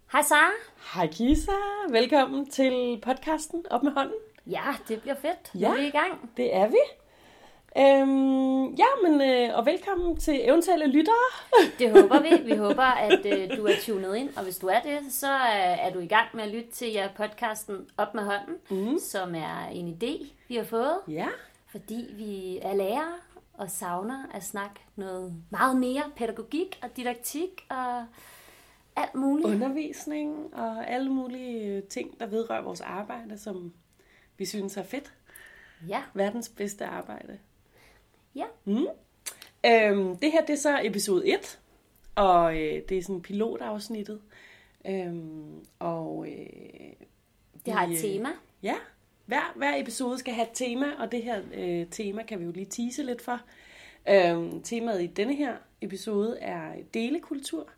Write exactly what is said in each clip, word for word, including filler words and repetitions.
Hej Sara. Hej Kisa. Velkommen til podcasten Op med hånden. Ja, det bliver fedt. Ja, nu er vi i gang. Det er vi. Øhm, ja, men øh, og velkommen til eventuelle lyttere. Det håber vi. Vi håber, at øh, du er tunet ind, og hvis du er det, så øh, er du i gang med at lytte til ja, podcasten Op med hånden, mm. som er en idé, vi har fået. Ja. Fordi vi er lærere og savner at snakke noget meget mere pædagogik og didaktik og alt muligt. Undervisning og alle mulige ting, der vedrører vores arbejde, som vi synes er fedt. Ja. Verdens bedste arbejde. Ja. Mm. Øhm, det her, det er så episode et, og øh, det er sådan pilotafsnittet. Øhm, og øh, det har et øh, tema. Ja, hver, hver episode skal have et tema, og det her øh, tema kan vi jo lige tease lidt for. Øhm, temaet i denne her episode er delekultur.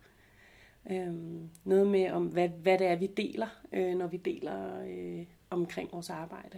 Øhm, noget med, om hvad, hvad det er, vi deler, øh, når vi deler øh, omkring vores arbejde.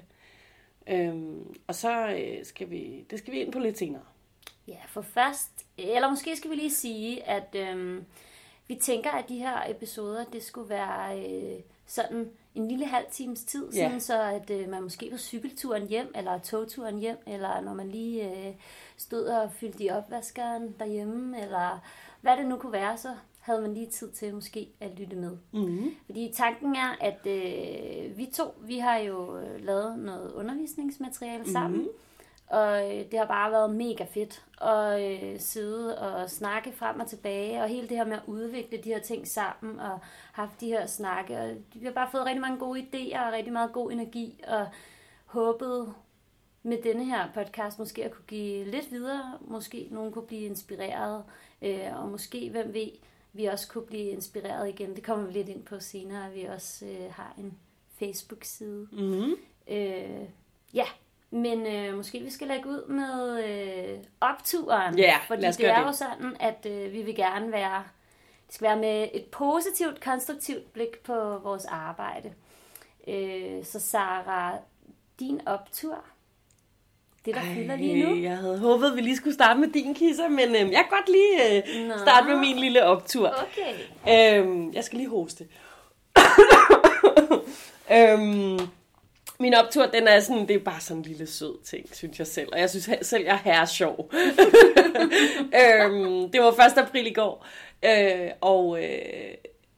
Øhm, og så øh, skal vi, det skal vi ind på lidt senere. Ja, for først, eller måske skal vi lige sige, at øhm, vi tænker, at de her episoder, det skulle være øh, sådan en lille halv times tid, ja. sådan så at øh, man måske på cykelturen hjem, eller togturen hjem, eller når man lige øh, stod og fyldte i opvaskeren derhjemme, eller hvad det nu kunne være, så havde man lige tid til måske at lytte med. Mm-hmm. Fordi tanken er, at øh, vi to, vi har jo lavet noget undervisningsmateriale sammen, mm-hmm. og øh, det har bare været mega fedt at øh, sidde og snakke frem og tilbage, og hele det her med at udvikle de her ting sammen, og haft de her snakke, og vi har bare fået rigtig mange gode idéer, og rigtig meget god energi, og håbet med denne her podcast måske at kunne give lidt videre, måske nogen kunne blive inspireret, øh, og måske, hvem ved, vi også kunne blive inspireret igen. Det kommer vi lidt ind på senere, at vi også øh, har en Facebook-side. Mm-hmm. Øh, ja, men øh, måske vi skal lægge ud med øh, opturen. Ja, fordi lad os det er det. jo sådan, at øh, vi vil gerne være, det skal være med et positivt, konstruktivt blik på vores arbejde. Øh, så Sara, din optur, det der Ej, fylder lige nu. Jeg havde håbet, at vi lige skulle starte med din, Kisser, men øh, jeg kan godt lige øh, starte med min lille optur. Okay. Øhm, jeg skal lige hoste. øhm, min optur, den er sådan, det er bare sådan en lille sød ting, synes jeg selv. Og jeg synes selv, jeg er herre sjov. øhm, det var første april i går, øh, og øh,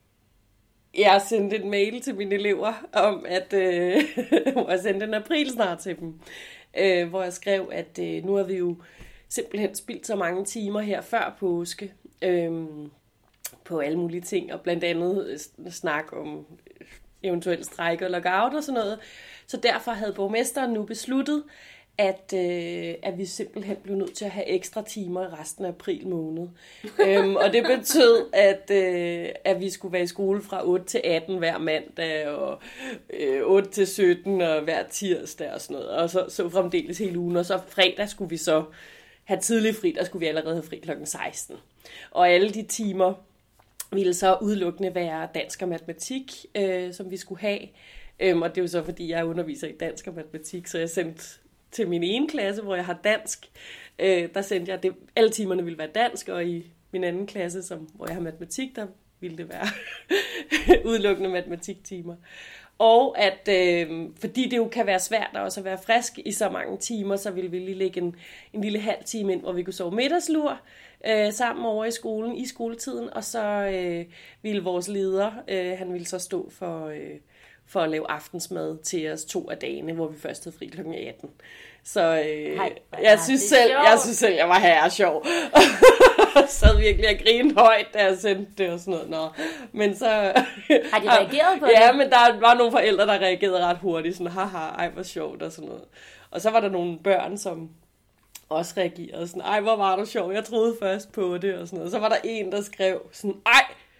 jeg sendte en mail til mine elever om, at øh, jeg sendte en april snart til dem. Øh, hvor jeg skrev, at øh, nu har vi jo simpelthen spildt så mange timer her før påske øh, på alle mulige ting, og blandt andet øh, snak om eventuelt strejk og lockout og sådan noget. Så derfor havde borgmesteren nu besluttet, at, øh, at vi simpelthen blev nødt til at have ekstra timer i resten af april måned. øhm, og det betød, at, øh, at vi skulle være i skole fra otte til atten hver mandag, og øh, otte til sytten og hver tirsdag og sådan noget. Og så, så fremdeles hele ugen. Og så fredag skulle vi så have tidlig fri, der skulle vi allerede have fri klokken seksten. Og alle de timer ville så udelukkende være dansk og matematik, øh, som vi skulle have. Øhm, og det er jo så, fordi jeg underviser i dansk og matematik, så jeg sendte til min ene klasse, hvor jeg har dansk, øh, der sendte jeg, at det, alle timerne ville være dansk, og i min anden klasse, som, hvor jeg har matematik, der ville det være udelukkende matematiktimer. Og at, øh, fordi det jo kan være svært at også være frisk i så mange timer, så ville vi lige lægge en, en lille halv time ind, hvor vi kunne sove middagslur øh, sammen over i skolen, i skoletiden, og så øh, ville vores leder, øh, han ville så stå for... Øh, for at lave aftensmad til os to af dagene, hvor vi først havde fri klokken atten. Så øh, Hej, jeg, synes selv, jeg synes selv, jeg var herre sjov. Jeg sad virkelig og grinede højt, da jeg sendte det og sådan noget. Nå. Men så... Har de reageret på det? Ja, men der var nogle forældre, der reagerede ret hurtigt. Sådan, haha, ej, hvor sjovt og sådan noget. Og så var der nogle børn, som også reagerede sådan, ej, hvor var du sjov, jeg troede først på det og sådan noget. Så var der en, der skrev sådan, ej,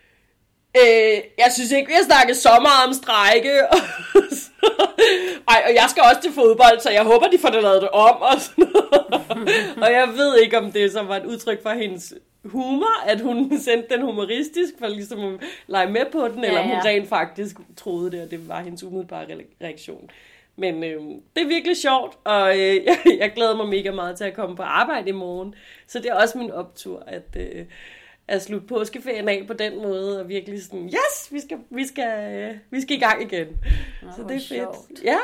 Øh, jeg synes ikke, vi har snakket så meget om strejke. Ej, og jeg skal også til fodbold, så jeg håber, de får det lavet det om. Og, og jeg ved ikke, om det så var et udtryk for hendes humor, at hun sendte den humoristisk, for ligesom at lege med på den, ja, eller om hun ja. rent faktisk troede det, og det var hendes umiddelbare reaktion. Men øh, det er virkelig sjovt, og øh, jeg, jeg glæder mig mega meget til at komme på arbejde i morgen. Så det er også min optur, at... Øh, at slutte påskeferien af på den måde, og virkelig sådan, yes, vi skal, vi skal, vi skal i gang igen. Nå, så det er sjovt. fedt. Ja.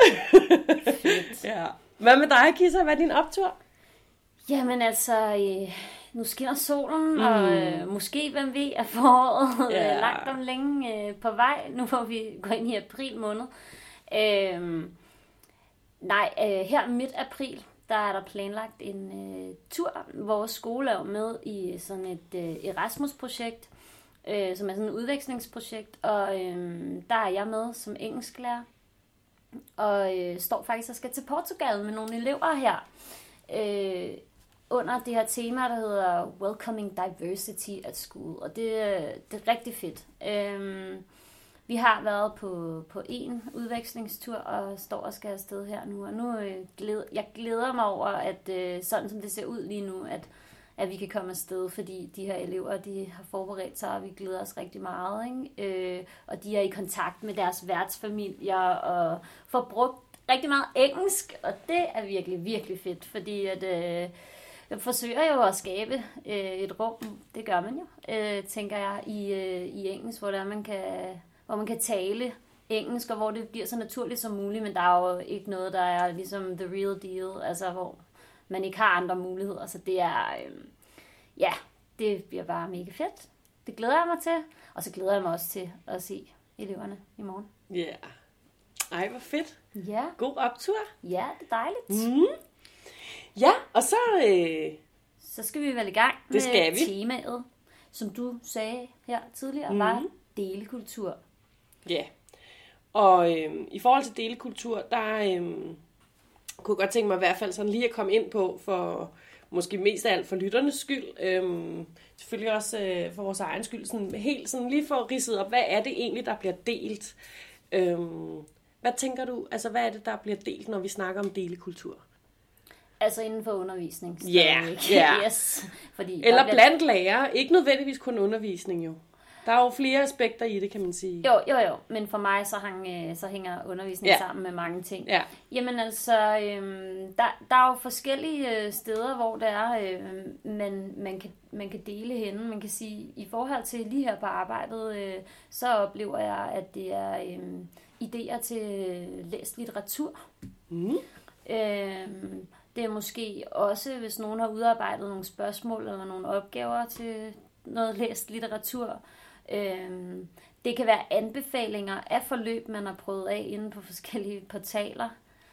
Fedt. Ja. Hvad med dig, Kisser? Hvad er din optur? Jamen altså, øh, nu skinner solen, mm. og øh, måske, hvem ved, er foråret Yeah. øh, langt om længe øh, på vej, nu hvor vi går ind i april måned. Øh, nej, øh, her midt april, der er der planlagt en øh, tur. Vores skole er jo med i sådan et øh, Erasmus-projekt, øh, som er sådan et udvekslingsprojekt, og øh, der er jeg med som engelsklærer, og øh, står faktisk og skal til Portugal med nogle elever her, øh, under det her tema, der hedder Welcoming Diversity at School, og det, det er rigtig fedt. Øh, vi har været på, på en udvekslingstur, og står og skal afsted her nu, og nu øh, glæder, jeg glæder mig over, at øh, sådan som det ser ud lige nu, at, at vi kan komme afsted, fordi de her elever, de har forberedt sig, og vi glæder os rigtig meget, ikke? Øh, og de er i kontakt med deres værtsfamilier, og får brugt rigtig meget engelsk, og det er virkelig, virkelig fedt, fordi at, øh, jeg forsøger jo at skabe øh, et rum, det gør man jo, øh, tænker jeg, i, øh, i engelsk, hvor der man kan... hvor man kan tale engelsk, og hvor det bliver så naturligt som muligt, men der er jo ikke noget, der er ligesom the real deal, altså hvor man ikke har andre muligheder, så det er, øh, ja, det bliver bare mega fedt. Det glæder jeg mig til, og så glæder jeg mig også til at se eleverne i morgen. Ja. Yeah. Ej, hvor fedt. Ja. God optur. Ja, det er dejligt. Mm. Ja, og så... Øh... Så skal vi vel i gang det skal med vi. temaet, som du sagde her tidligere, Mm. var delekultur. Ja, yeah. Og øh, i forhold til delekultur, der øh, kunne jeg godt tænke mig i hvert fald sådan lige at komme ind på, for måske mest af alt for lytternes skyld, øh, selvfølgelig også øh, for vores egen skyld, sådan helt sådan lige for ridset op, hvad er det egentlig, der bliver delt? Øh, hvad tænker du, altså hvad er det, der bliver delt, når vi snakker om delekultur? Altså inden for undervisning. Ja, yeah, yes. Fordi eller bliver... blandt lærere, ikke nødvendigvis kun undervisning jo. Der er jo flere aspekter i det, kan man sige. Jo, jo, jo. Men for mig, så, hang, så hænger undervisning ja. sammen med mange ting. Ja. Jamen altså, øhm, der, der er jo forskellige øh, steder, hvor der er, øh, man, man, kan, man kan dele henne. Man kan sige, i forhold til lige her på arbejdet, øh, så oplever jeg, at det er øh, idéer til læst litteratur. Mm. Øh, det er måske også, hvis nogen har udarbejdet nogle spørgsmål eller nogle opgaver til noget læst litteratur. Øhm, det kan være anbefalinger af forløb, man har prøvet af inde på forskellige portaler.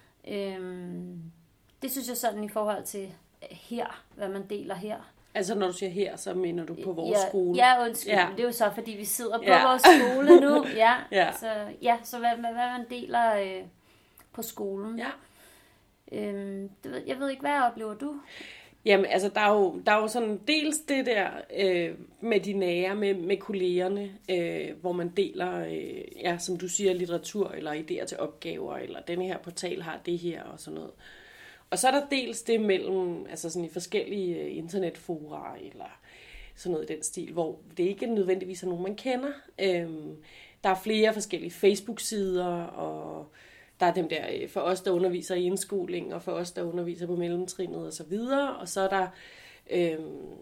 Øhm, det synes jeg sådan i forhold til her, hvad man deler her. Altså når du siger her, så mener du på vores ja, skole? Ja, undskyld. Ja. Det er jo så, fordi vi sidder på ja. vores skole nu. Ja, ja. Så, ja, så hvad, hvad man deler øh, på skolen. Ja. Øhm, det ved, jeg ved ikke, hvad oplever du? Jamen, altså, der er jo, der er jo sådan dels det der øh, med de nære, med, med kollegerne, øh, hvor man deler, øh, ja, som du siger, litteratur eller idéer til opgaver, eller denne her portal har det her og sådan noget. Og så er der dels det mellem, altså sådan i forskellige øh, internetfora eller sådan noget i den stil, hvor det ikke nødvendigvis er nogen, man kender. Øh, der er flere forskellige Facebook-sider, og der er dem der for os, der underviser i indskoling, og for os, der underviser på mellemtrinnet og så videre. Og så er der, øh,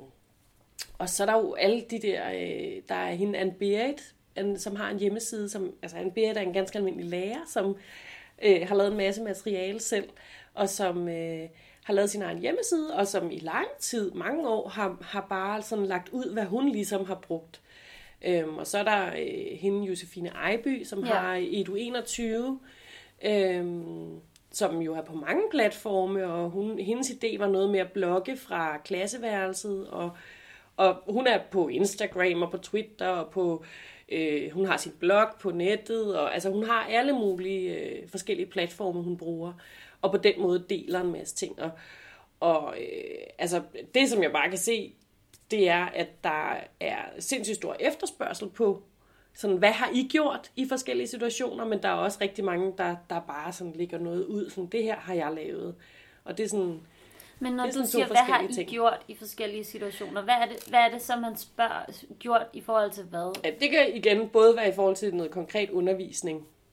og så er der jo alle de der, øh, der er hende Anne Berit, som har en hjemmeside, som, altså Anne Berit er en ganske almindelig lærer, som øh, har lavet en masse materiale selv, og som øh, har lavet sin egen hjemmeside, og som i lang tid, mange år, har, har bare sådan lagt ud, hvad hun ligesom har brugt. Øhm, og så er der øh, hende Josefine Ejby, som ja. har Edu enogtyve, Øhm, som jo er på mange platforme, og hun, hendes idé var noget med at blogge fra klasseværelset, og, og hun er på Instagram og på Twitter, og på, øh, hun har sin blog på nettet, og altså hun har alle mulige øh, forskellige platforme, hun bruger, og på den måde deler en masse ting. Og, og øh, altså det, som jeg bare kan se, det er, at der er sindssygt stor efterspørgsel på sådan, hvad har I gjort i forskellige situationer, men der er også rigtig mange, der, der bare sådan lægger noget ud, sådan, det her har jeg lavet. Og det er sådan, men når det er sådan du siger, hvad har I ting. gjort i forskellige situationer, hvad er, det, hvad er det, som man spørger, gjort i forhold til hvad? Ja, det kan igen både være i forhold til noget konkret undervisning,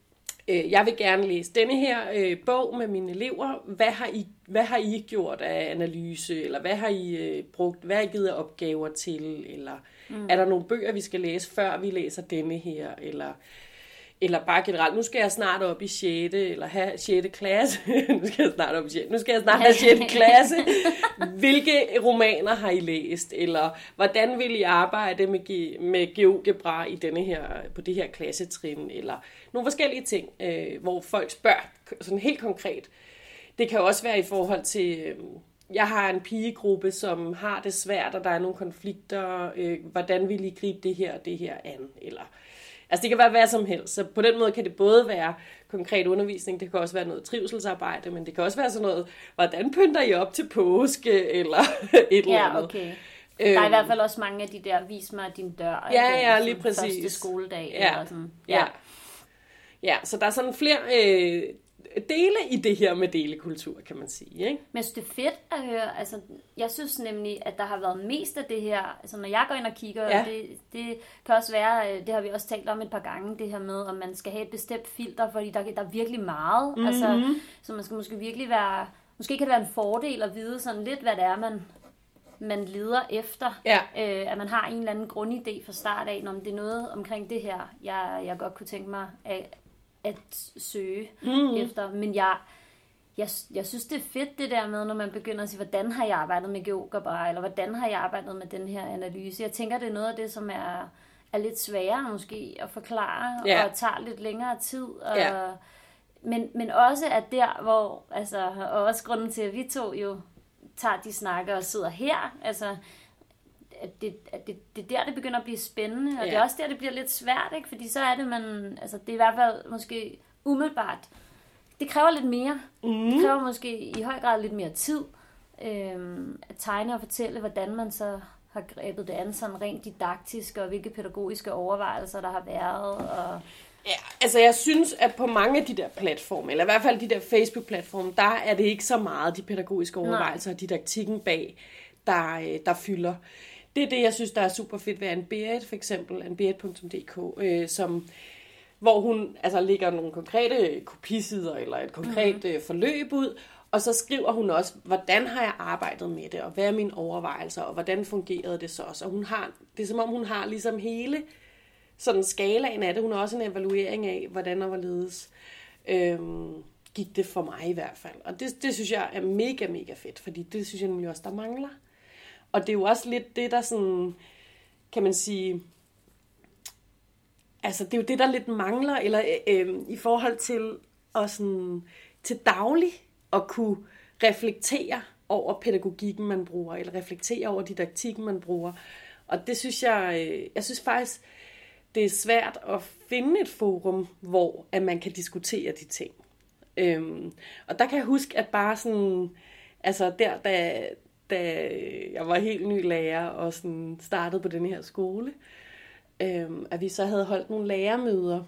øh, jeg vil gerne læse denne her øh, bog med mine elever. Hvad har I, hvad har I gjort af analyse? Eller hvad har I øh, brugt? Hvad har I givet opgaver til? Eller mm. er der nogle bøger, vi skal læse, før vi læser denne her? Eller... Eller bare generelt, nu skal jeg snart op i sjette eller have sjette klasse. nu skal jeg snart op i sjette. Nu skal jeg snart have sjette klasse. Hvilke romaner har I læst? Eller hvordan vil I arbejde med, ge- med GeoGebra i denne her, på det her klassetrin? Eller nogle forskellige ting, øh, hvor folk spørger sådan helt konkret. Det kan også være i forhold til... Øh, jeg har en pigegruppe, som har det svært, og der er nogle konflikter. Øh, hvordan vil I gribe det her og det her an? Eller... Altså det kan være hvad som helst, så på den måde kan det både være konkret undervisning, det kan også være noget trivselsarbejde, men det kan også være sådan noget, hvordan pynter I op til påske, eller et eller andet. Ja, okay. Der er i hvert fald også mange af de der, vis mig din dør. Ja, ja, lige præcis. Første skoledag. Ja, eller sådan. Ja. ja. Ja, så der er sådan flere øh, dele i det her med delekultur, kan man sige. Ikke? Men jeg synes, det er fedt at høre. Altså, jeg synes nemlig, at der har været mest af det her. Altså, når jeg går ind og kigger, ja. det, det kan også være, det har vi også talt om et par gange, det her med, om man skal have et bestemt filter, fordi der, der er virkelig meget. Mm-hmm. Altså, så man skal måske virkelig være... Måske kan det være en fordel at vide sådan lidt, hvad det er, man... man leder efter, ja. øh, at man har en eller anden grundidé fra start af, om det er noget omkring det her, jeg, jeg godt kunne tænke mig at, at søge mm. efter. Men jeg, jeg, jeg synes, det er fedt det der med, når man begynder at sige, hvordan har jeg arbejdet med GeoGebra, eller hvordan har jeg arbejdet med den her analyse. Jeg tænker, det er noget af det, som er, er lidt sværere måske at forklare, ja. og tager lidt længere tid. Og, ja. men, men også at der, hvor, altså, og også grunden til, at vi to jo tager de snakker og sidder her, altså, at det, at det, det er der, det begynder at blive spændende, og ja. det er også der, det bliver lidt svært, ikke? Fordi så er det, man, altså, det er i hvert fald måske umiddelbart, det kræver lidt mere. Mm. Det kræver måske i høj grad lidt mere tid, øhm, at tegne og fortælle, hvordan man så har grebet det an, sådan rent didaktisk, og hvilke pædagogiske overvejelser, der har været, og... Ja, altså jeg synes, at på mange af de der platforme, eller i hvert fald de der Facebook-platforme, der er det ikke så meget de pædagogiske overvejelser og didaktikken bag, der, der fylder. Det er det, jeg synes, der er super fedt ved Anne-Berit, for eksempel, anne-berit punktum d k, øh, som, hvor hun altså lægger nogle konkrete kopisider eller et konkret mm-hmm. forløb ud, og så skriver hun også, hvordan har jeg arbejdet med det, og hvad er mine overvejelser, og hvordan fungerede det så også. Og hun har, det er som om, hun har ligesom hele... sådan skalaen af det. Hun har også en evaluering af, hvordan og hvorledes øhm, gik det for mig i hvert fald. Og det, det synes jeg er mega, mega fedt, fordi det synes jeg nemlig også, der mangler. Og det er jo også lidt det, der sådan, kan man sige, altså det er jo det, der lidt mangler, eller øh, i forhold til at sådan, til daglig at kunne reflektere over pædagogikken, man bruger, eller reflektere over didaktikken, man bruger. Og det synes jeg, øh, jeg synes faktisk, det er svært at finde et forum, hvor at man kan diskutere de ting. Øhm, og der kan jeg huske, at bare sådan, altså der, da, da jeg var helt ny lærer og sådan startede på den her skole, øhm, at vi så havde holdt nogle lærermøder,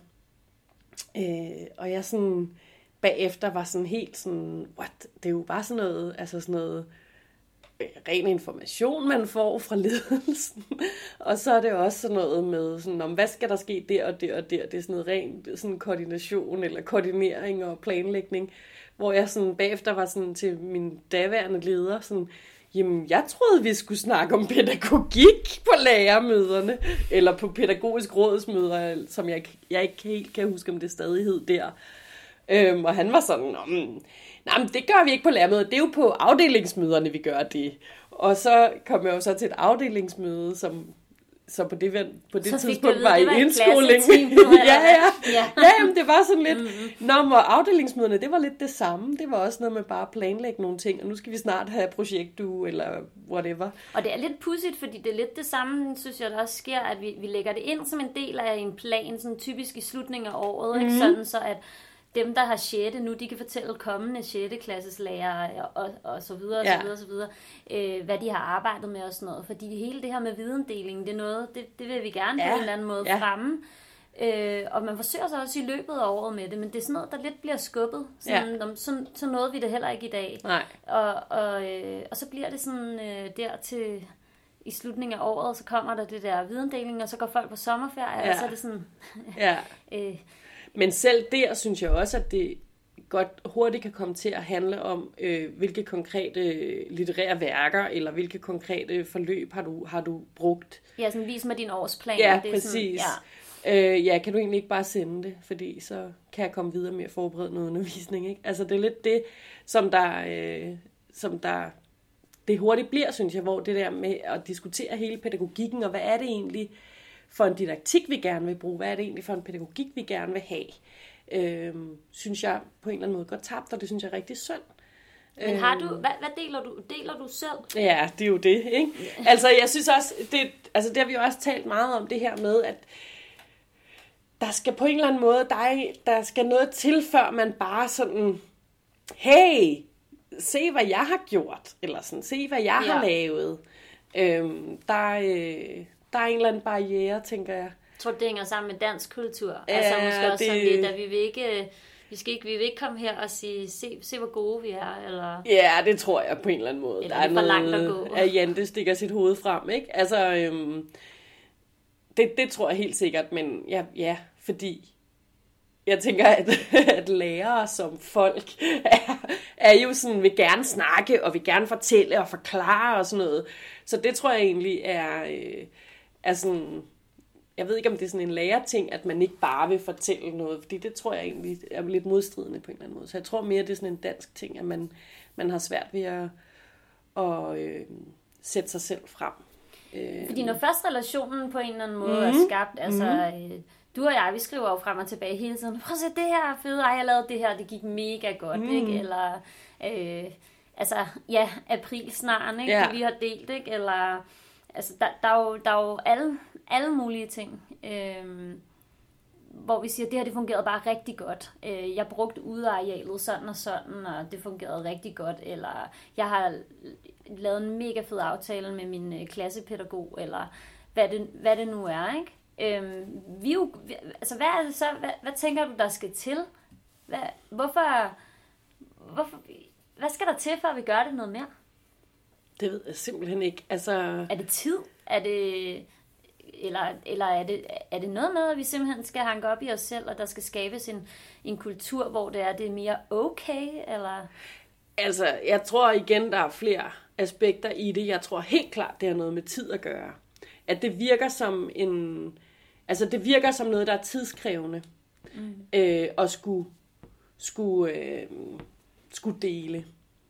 øh, og jeg sådan bagefter var sådan helt sådan, what, det er jo bare sådan noget, altså sådan noget, ren information, man får fra ledelsen. Og så er det også sådan noget med, sådan, om hvad skal der ske der og der og der. Det er sådan noget ren sådan koordination eller koordinering og planlægning. Hvor jeg sådan bagefter var sådan til min daværende leder, sådan, jamen jeg troede, vi skulle snakke om pædagogik på lærermøderne, eller på pædagogisk rådsmøder, som jeg, jeg ikke helt kan huske, om det stadig hed der. Øhm, og han var sådan, nej, men det gør vi ikke på lærermøder, det er jo på afdelingsmøderne, vi gør det. Og så kom jeg jo så til et afdelingsmøde, som så på det, på det tidspunkt var i indskoling. ja, ja. ja. ja jamen, det var sådan lidt, mm-hmm. Nå, og afdelingsmøderne, det var lidt det samme. Det var også noget med bare at planlægge nogle ting, og nu skal vi snart have projektuge, eller whatever. Og det er lidt pudsigt, fordi det er lidt det samme, synes jeg, der også sker, at vi, vi lægger det ind som en del af en plan, sådan typisk i slutningen af året, mm-hmm. ikke? Sådan så at dem, der har sjette nu, de kan fortælle kommende sjette klasses lærere og, og så videre, og ja. så videre, og så videre, øh, hvad de har arbejdet med og sådan noget. Fordi hele det her med videndeling, det er noget, det, det vil vi gerne ja. på en eller anden måde ja. fremme. Øh, og man forsøger så også i løbet af året med det, men det er sådan noget, der lidt bliver skubbet. Sådan, ja. så, så nåede vi det heller ikke i dag. Nej. Og, og, øh, og så bliver det sådan øh, der til... i slutningen af året, så kommer der det der videndeling, og så går folk på sommerferie, ja. og så er det sådan... ja. øh, Men selv der synes jeg også, at det godt hurtigt kan komme til at handle om, øh, hvilke konkrete litterære værker, eller hvilke konkrete forløb har du, har du brugt. Ja, sådan vis mig din årsplan. Ja, det er præcis. Sådan, ja. Øh, ja, kan du egentlig ikke bare sende det, fordi så kan jeg komme videre med at forberede noget undervisning, ikke? Altså, det er lidt det, som der, øh, som der det hurtigt bliver, synes jeg, hvor det der med at diskutere hele pædagogikken, og hvad er det egentlig for en didaktik, vi gerne vil bruge, hvad er det egentlig for en pædagogik, vi gerne vil have, øhm, synes jeg på en eller anden måde godt tabt, og det synes jeg er rigtig synd. Men har du, hvad, hvad deler du? Deler du selv? Ja, det er jo det, ikke? Yeah. Altså, jeg synes også, det, altså det har vi jo også talt meget om, det her med, at der skal på en eller anden måde, der, der skal noget til, før man bare sådan, hey, se hvad jeg har gjort, eller sådan, se hvad jeg ja. har lavet. Øhm, der, øh, der er en eller anden barriere, tænker jeg. Jeg tror, det hænger sammen med dansk kultur. Ja, altså måske også det... sådan lidt, at vi vil ikke, vi skal ikke, vi vil ikke komme her og sige, se, se hvor gode vi er, eller... Ja, det tror jeg på en eller anden måde. Eller der er, er noget, langt at gå. At Jante stikker sit hoved frem, ikke? Altså, øhm, det, det tror jeg helt sikkert, men ja, ja fordi... Jeg tænker, at, at lærere som folk er, er jo sådan, vil gerne snakke, og vil gerne fortælle og forklare og sådan noget. Så det tror jeg egentlig er, øh, er sådan, jeg ved ikke, om det er sådan en lærerting, at man ikke bare vil fortælle noget, fordi det tror jeg egentlig er lidt modstridende på en eller anden måde. Så jeg tror mere, det er sådan en dansk ting, at man, man har svært ved at, at øh, sætte sig selv frem. Fordi når først relationen på en eller anden måde mm. er skabt, altså... Mm. Du og jeg, vi skriver jo frem og tilbage hele tiden. Prøv at se, det her er fedt. Ej, jeg lavede det her, det gik mega godt, mm. ikke? Eller, øh, altså, ja, aprilsnaren, ikke? Ja. Det vi har delt, ikke? Eller, altså, der, der, er jo, der er jo alle, alle mulige ting, øh, hvor vi siger, det her, det fungerede bare rigtig godt. Øh, jeg brugte udearealet sådan og sådan, og det fungerede rigtig godt. Eller, jeg har lavet en mega fed aftale med min klassepædagog, eller hvad det, hvad det nu er, ikke? Øhm, vi jo, altså hvad er det så, hvad, hvad tænker du, der skal til? Hvad, hvorfor, hvorfor, hvad skal der til, for at vi gør det noget mere? Det ved jeg simpelthen ikke. Altså... Er det tid? Er det, eller eller er, det, er det noget med, at vi simpelthen skal hanke op i os selv, og der skal skabes en, en kultur, hvor det er, det er mere okay? Eller? Altså, jeg tror igen, der er flere aspekter i det. Jeg tror helt klart, det har noget med tid at gøre. At det virker som en... Altså, det virker som noget, der er tidskrævende. Mm. Øh, og skulle, skulle, øh, skulle dele.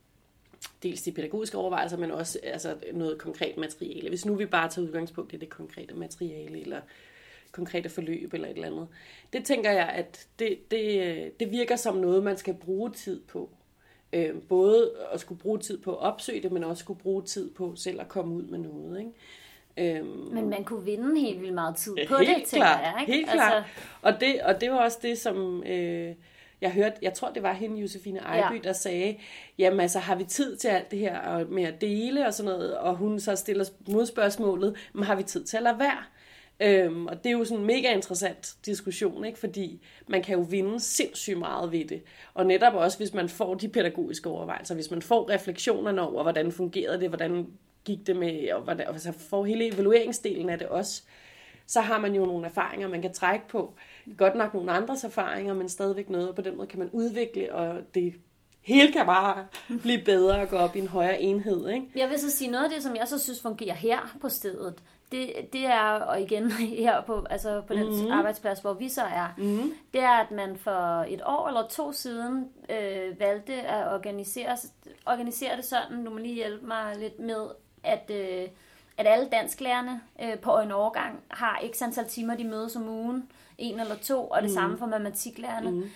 Dels de pædagogiske overvejelser, men også altså, noget konkret materiale. Hvis nu vi bare tager udgangspunkt i det konkrete materiale, eller konkrete forløb, eller et eller andet. Det tænker jeg, at det, det, det virker som noget, man skal bruge tid på. Øh, både at skulle bruge tid på at opsøge det, men også skulle bruge tid på selv at komme ud med noget, ikke? Øhm, Men man kunne vinde helt vildt meget tid på helt det, tænker klart, jeg, ikke? Helt altså... klart. Og det, og det var også det, som øh, jeg hørte, jeg tror, det var hende, Josefine Ejby, ja. der sagde, jamen altså, har vi tid til alt det her med at dele og sådan noget? Og hun så stiller modspørgsmålet, men har vi tid til at lade være? Øhm, og det er jo sådan en mega interessant diskussion, ikke? Fordi man kan jo vinde sindssygt meget ved det. Og netop også, hvis man får de pædagogiske overvejelser, hvis man får refleksionerne over, hvordan fungerede det, hvordan gik det med, og hvordan, altså får hele evalueringsdelen af det også, så har man jo nogle erfaringer, man kan trække på. Godt nok nogle andres erfaringer, men stadigvæk noget, og på den måde kan man udvikle, og det hele kan bare blive bedre og gå op i en højere enhed, ikke? Jeg vil så sige, noget af det, som jeg så synes fungerer her på stedet, det, det er, og igen her på, altså på den mm-hmm. arbejdsplads, hvor vi så er, mm-hmm. det er, at man for et år eller to siden øh, valgte at organisere, organisere det sådan, nu må lige hjælpe mig lidt med, at, øh, at alle dansklærerne øh, på en årgang har x antal timer, de mødes om ugen, en eller to, og det mm. samme for matematiklærerne, mm.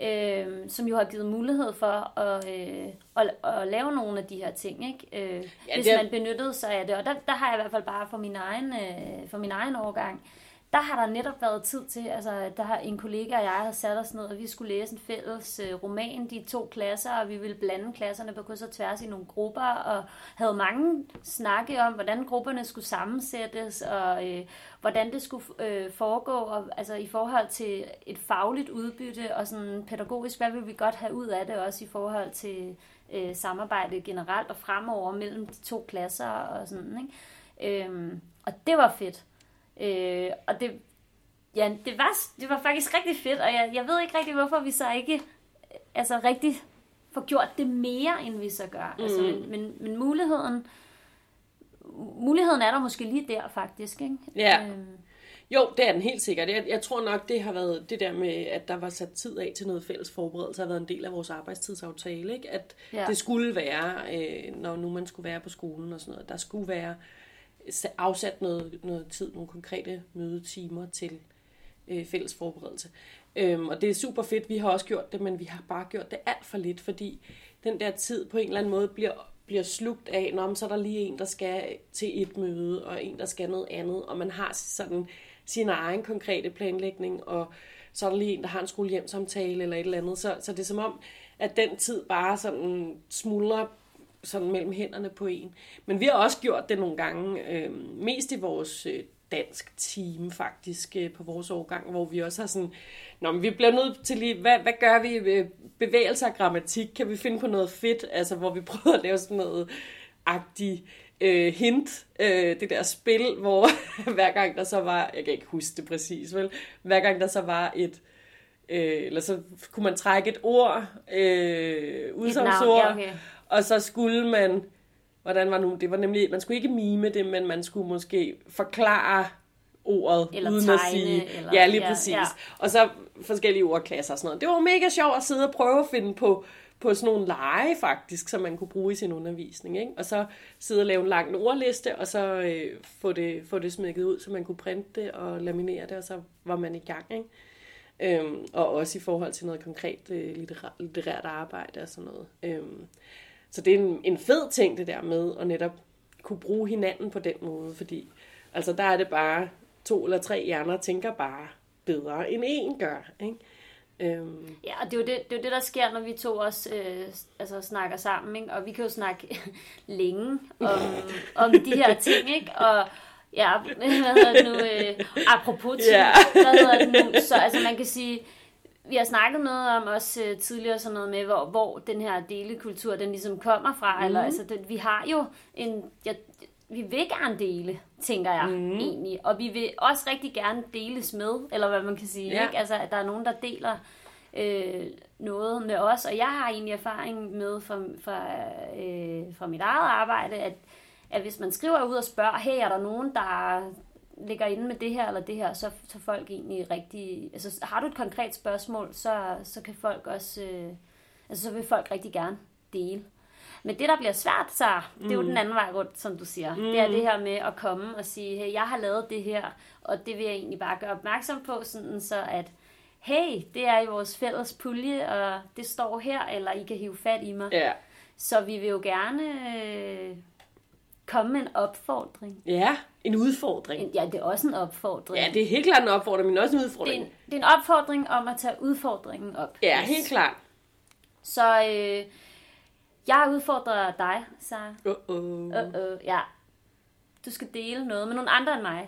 øh, som jo har givet mulighed for at, øh, at, at lave nogle af de her ting, ikke? Øh, ja, hvis er... man benyttede sig af det. Og der, der har jeg i hvert fald bare for min egen, øh, for min egen årgang, der har der netop været tid til, altså der har en kollega og jeg har sat os ned, og vi skulle læse en fælles øh, roman, de to klasser, og vi ville blande klasserne på kryds og tværs i nogle grupper, og havde mange snakke om, hvordan grupperne skulle sammensættes, og øh, hvordan det skulle øh, foregå, og, altså i forhold til et fagligt udbytte, og sådan pædagogisk, hvad vil vi godt have ud af det, også i forhold til øh, samarbejde generelt, og fremover mellem de to klasser, og sådan, ikke? Øhm, og det var fedt. Øh, og det, Ja, det var, det var faktisk rigtig fedt, og jeg, jeg ved ikke rigtig, hvorfor vi så ikke altså rigtig får gjort det mere, end vi så gør. Mm. Altså, men, men, men muligheden, muligheden er der måske lige der, faktisk. Ikke? Ja. Øhm. Jo, det er den helt sikkert. Jeg, jeg tror nok, det har været det der med, at der var sat tid af til noget fælles forberedelse, har været en del af vores arbejdstidsaftale. Ikke? At ja. det skulle være, øh, når nu man skulle være på skolen og sådan noget, der skulle være afsat noget, noget tid, nogle konkrete mødetimer til øh, fælles forberedelse. Øhm, og det er super fedt, vi har også gjort det, men vi har bare gjort det alt for lidt, fordi den der tid på en eller anden måde bliver, bliver slugt af, når så er der lige en, der skal til et møde, og en, der skal noget andet, og man har sådan sin egen konkrete planlægning, og så er der lige en, der har en skolehjemsamtale eller et eller andet, så, så det er som om, at den tid bare sådan smuldrer sådan mellem hænderne på en. Men vi har også gjort det nogle gange, øh, mest i vores øh, dansk team faktisk, øh, på vores årgang, hvor vi også har sådan, nå, men vi bliver nødt til lige, hvad, hvad gør vi? Øh, bevægelser og grammatik, kan vi finde på noget fedt? Altså, hvor vi prøver at lave sådan noget agtigt øh, hint, øh, det der spil, hvor hver gang der så var, jeg kan ikke huske det præcis, vel? Hver gang der så var et, øh, eller så kunne man trække et ord, øh, udsagnsord, ja, okay. Og så skulle man, hvordan var nu, det var nemlig, man skulle ikke mime det, men man skulle måske forklare ordet, eller uden tegne, at sige, eller, ja, lige ja, præcis. Ja. Og så forskellige ordklasser og sådan noget. Det var mega sjovt at sidde og prøve at finde på, på sådan nogle lege faktisk, som man kunne bruge i sin undervisning, ikke? Og så sidde og lave en lang ordliste, og så øh, få, det, få det smækket ud, så man kunne printe det og laminere det, og så var man i gang, ikke? Øhm, og også i forhold til noget konkret øh, litterært, litterært arbejde og sådan noget. Øhm, så det er en, en fed ting, det der med at netop kunne bruge hinanden på den måde, fordi altså der er det bare to eller tre hjerner tænker bare bedre end en gør, ikke? Øhm. Ja, og det er, jo det, det er jo det, der sker, når vi to også øh, altså, snakker sammen, ikke? Og vi kan jo snakke længe om, om de her ting, ikke? Og ja, hvad hedder det nu? Øh, apropos ting, yeah. hvad hedder det nu? Så altså man kan sige, vi har snakket noget om også øh, tidligere sådan noget med, hvor, hvor den her delekultur, den ligesom kommer fra. Mm. Eller, altså, det, vi har jo en... Ja, vi vil gerne dele, tænker jeg mm. egentlig. Og vi vil også rigtig gerne deles med, eller hvad man kan sige. Ja. Ikke? Altså, at der er nogen, der deler øh, noget med os. Og jeg har egentlig erfaring med fra, fra, øh, fra mit eget arbejde, at, at hvis man skriver ud og spørger, hey, er der nogen, der ligger inde med det her eller det her, så, så folk egentlig rigtig... Altså, har du et konkret spørgsmål, så, så kan folk også... Øh, altså, så vil folk rigtig gerne dele. Men det, der bliver svært, så det er jo mm. den anden vej rundt, som du siger. Mm. Det er det her med at komme og sige, hey, jeg har lavet det her, og det vil jeg egentlig bare gøre opmærksom på, sådan så at, hey, det er i vores fælles pulje, og det står her, eller I kan hive fat i mig. Yeah. Så vi vil jo gerne øh, komme med en opfordring. Ja, en udfordring. En, ja, det er også en opfordring. Ja, det er helt klart en opfordring, men også en udfordring. Det er en, det er en opfordring om at tage udfordringen op. Ja, helt klart. Så... Øh, Jeg udfordrer dig, Sara. Uh-oh. Uh-oh, ja. Du skal dele noget med nogle andre end mig,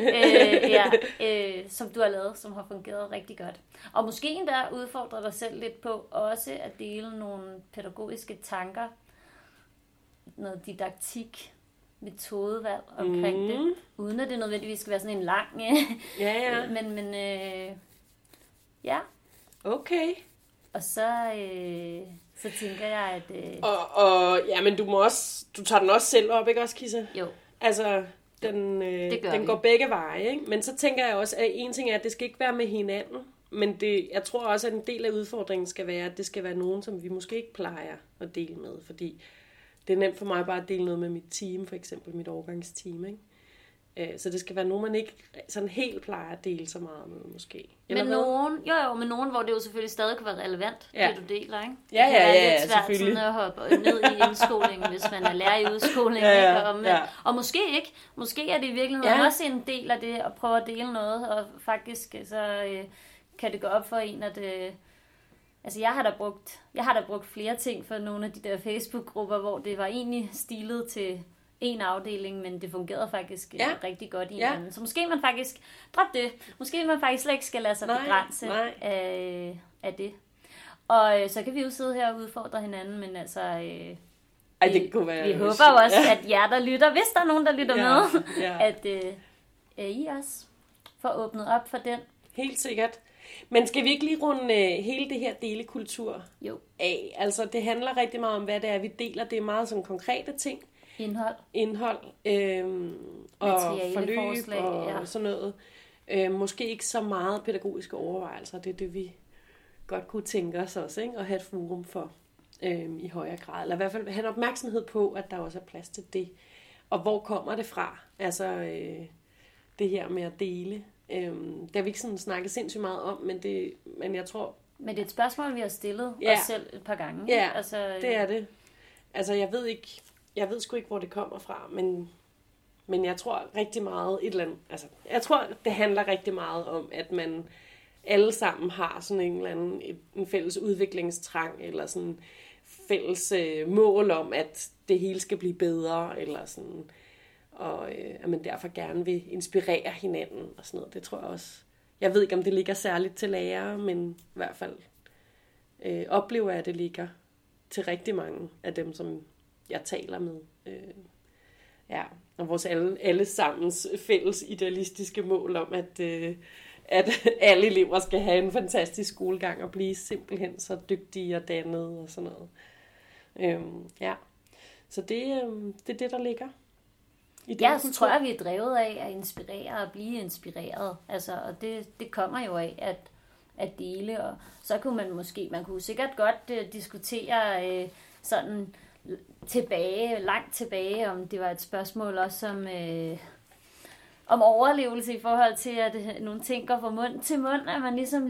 øh, ja, øh, som du har lavet, som har fungeret rigtig godt. Og måske endda udfordre dig selv lidt på også at dele nogle pædagogiske tanker, noget didaktik, metodevalg omkring mm. det, uden at det nødvendigvis skal være sådan en lang, ja, ja. men, men øh, ja. Okay. Og så... Øh, Så tænker jeg, at... Øh... Og, og ja, men du må også, du tager den også selv op, ikke også, Kissa? Jo. Altså, den, øh, den går begge veje, ikke? Men så tænker jeg også, at en ting er, at det skal ikke være med hinanden, men det, jeg tror også, at en del af udfordringen skal være, at det skal være nogen, som vi måske ikke plejer at dele med, fordi det er nemt for mig bare at dele noget med mit team, for eksempel mit årgangsteam, ikke? Så det skal være nogen, man ikke sådan helt plejer at dele så meget med, måske. Eller men nogen, jo jo, men nogen, hvor det jo selvfølgelig stadig kan være relevant, ja. Det du deler, ikke? Ja, ja, ja, ja, det kan være lidt svært sådan at hoppe ned i indskolingen, hvis man er lærer i udskolingen, ja, ja, ikke? Og, ja. og måske ikke. Måske er det i virkeligheden ja. også en del af det, at prøve at dele noget, og faktisk så øh, kan det gå op for en, at... Øh, altså, jeg har da brugt, jeg har da brugt flere ting for nogle af de der Facebook-grupper, hvor det var egentlig stilet til... en afdeling, men det fungerede faktisk ja. rigtig godt i en ja. anden. Så måske man faktisk, drop det, måske man faktisk slet ikke skal lade sig nej, begrænse nej. Af, af det. Og øh, så kan vi jo sidde her og udfordre hinanden, men altså, øh, Ej, det kunne være vi håber jo også, ja. at jer der lytter, hvis der er nogen, der lytter ja. med, ja. at øh, I også får åbnet op for den helt sikkert. Men skal vi ikke lige runde øh, hele det her delekultur Jo. af? Altså, det handler rigtig meget om, hvad det er, vi deler. Det er meget sådan konkrete ting. Indhold. Indhold øh, og forløb Materialeforslag, og ja. sådan noget. Øh, måske ikke så meget pædagogiske overvejelser. Det er det, vi godt kunne tænke os også, ikke? At have et forum for øh, i højere grad. Eller i hvert fald have en opmærksomhed på, at der også er plads til det. Og hvor kommer det fra? Altså, øh, det her med at dele. Øhm, det har vi ikke sådan snakket sindssygt meget om, men, det, men jeg tror... Men det er et spørgsmål, vi har stillet Ja. os selv et par gange. Ja, altså, det er det. Altså, jeg ved ikke, jeg ved sgu ikke, hvor det kommer fra, men, men jeg tror rigtig meget et eller andet... Altså, jeg tror, det handler rigtig meget om, at man alle sammen har sådan en eller anden en fælles udviklingstrang, eller sådan fælles øh, mål om, at det hele skal blive bedre, eller sådan... Og øh, at man derfor gerne vil inspirere hinanden og sådan noget. Det tror jeg også. Jeg ved ikke, om det ligger særligt til lærere, men i hvert fald øh, oplever jeg, at det ligger til rigtig mange af dem, som jeg taler med. Øh, ja, og vores alle, alle sammens fælles idealistiske mål om, at, øh, at alle elever skal have en fantastisk skolegang og blive simpelthen så dygtige og dannede og sådan noget. Øh, ja, så det, øh, det er det, der ligger. Ja, så tror jeg, vi er drevet af at inspirere og blive inspireret. Altså, og det, det kommer jo af at, at dele. Og så kunne man måske, man kunne sikkert godt uh, diskutere uh, sådan tilbage, langt tilbage, om det var et spørgsmål også om, uh, om overlevelse i forhold til, at uh, nogle ting går fra mund til mund, at man ligesom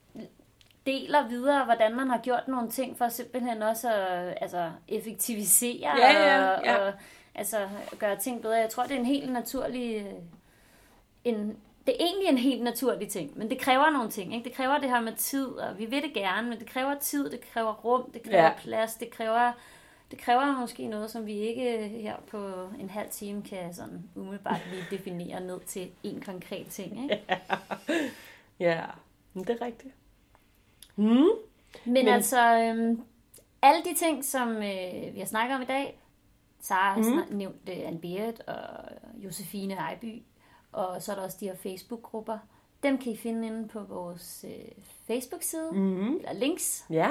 deler videre, hvordan man har gjort nogle ting for simpelthen også at altså, effektivisere ja, ja, ja. og, og altså gøre ting bedre. Jeg tror, det er en helt naturlig... En, det er egentlig en helt naturlig ting, men det kræver nogle ting. Ikke? Det kræver det her med tid, og vi vil det gerne, men det kræver tid, det kræver rum, det kræver ja. plads, det kræver, det kræver måske noget, som vi ikke her på en halv time kan sådan umiddelbart lige definere ned til en konkret ting. Ikke? Ja, ja. Men det er rigtigt. Hmm. Men, men altså, øhm, alle de ting, som øh, vi har snakket om i dag, Sara har mm. nævnt uh, Anne-Berit og Josefine Ejby, og så er der også de her Facebook-grupper. Dem kan I finde inde på vores uh, Facebook-side, mm. eller links, ja.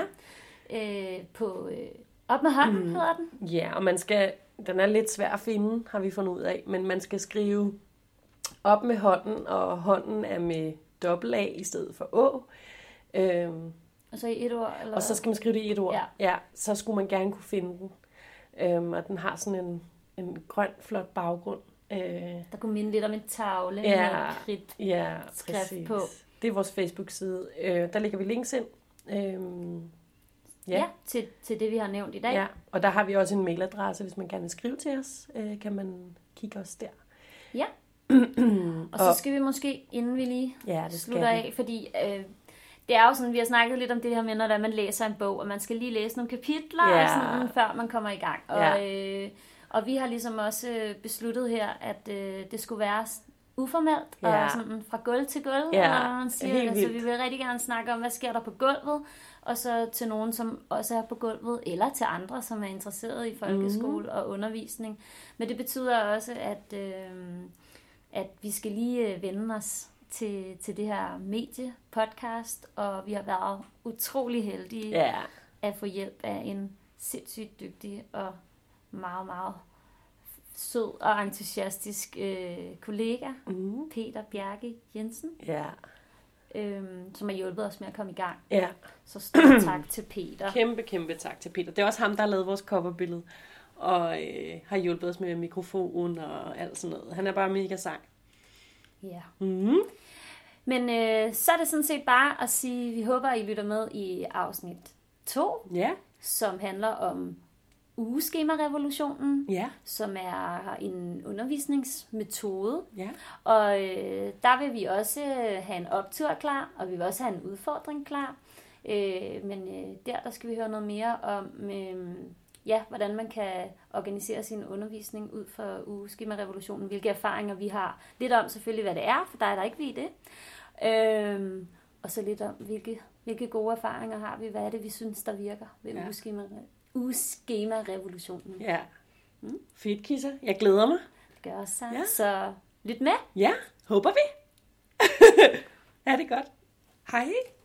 uh, på uh, Op med hånden, mm. hedder den. Ja, og man skal, den er lidt svær at finde, har vi fundet ud af, men man skal skrive op med hånden, og hånden er med dobbelt A i stedet for Å. Øhm, og så i et ord? Eller? Og så skal man skrive det i et ord. Ja. Ja, så skulle man gerne kunne finde den. Øhm, og den har sådan en, en grøn, flot baggrund. Øh, der kunne minde lidt om en tavle ja, med kridt ja, skrift præcis. på. Det er vores Facebook-side. Øh, der lægger vi links ind. Øhm, ja, ja til, til det, vi har nævnt i dag. Ja, og der har vi også en mailadresse, hvis man gerne vil skrive til os. Øh, kan man kigge os der. Ja. og så skal vi måske, inden vi lige ja, det slutter af, fordi... Øh, det er jo sådan, vi har snakket lidt om det her med, når man læser en bog, og man skal lige læse nogle kapitler, yeah. sådan, før man kommer i gang. Og, yeah. øh, og vi har ligesom også besluttet her, at øh, det skulle være uformelt, yeah. og sådan fra gulv til gulv. Yeah. Og man siger, altså, vi vil rigtig gerne snakke om, hvad sker der på gulvet, og så til nogen, som også er på gulvet, eller til andre, som er interesseret i folkeskole mm. og undervisning. Men det betyder også, at, øh, at vi skal lige vende os Til, til det her medie-podcast, og vi har været utrolig heldige yeah. at få hjælp af en sindssygt dygtig og meget, meget sød og entusiastisk øh, kollega, mm. Peter Bjerke Jensen, yeah. øhm, som har hjulpet os med at komme i gang. Yeah. Så stor tak til Peter. Kæmpe, kæmpe tak til Peter. Det er også ham, der har lavet vores coverbillede, og øh, har hjulpet os med mikrofon og alt sådan noget. Han er bare mega sej. Ja. Mm. Men øh, så er det sådan set bare at sige, at vi håber, at I lytter med i afsnit to, yeah. som handler om ugeskema-revolutionen, yeah. som er en undervisningsmetode. Yeah. Og øh, der vil vi også have en optur klar, og vi vil også have en udfordring klar. Øh, men øh, der, der skal vi høre noget mere om... Øh, ja, hvordan man kan organisere sin undervisning ud fra ugeskema-revolutionen, hvilke erfaringer vi har. Lidt om selvfølgelig, hvad det er, for dig er der ikke ved det. Øhm, og så lidt om, hvilke, hvilke gode erfaringer har vi, hvad er det, vi synes, der virker ved ja. ugeskema, ugeskema-revolutionen. Ja, mm. fedt, Kisser. Jeg glæder mig. Det gør også så. Ja. Så lyt med. Ja, håber vi. Ha' det godt. Hej.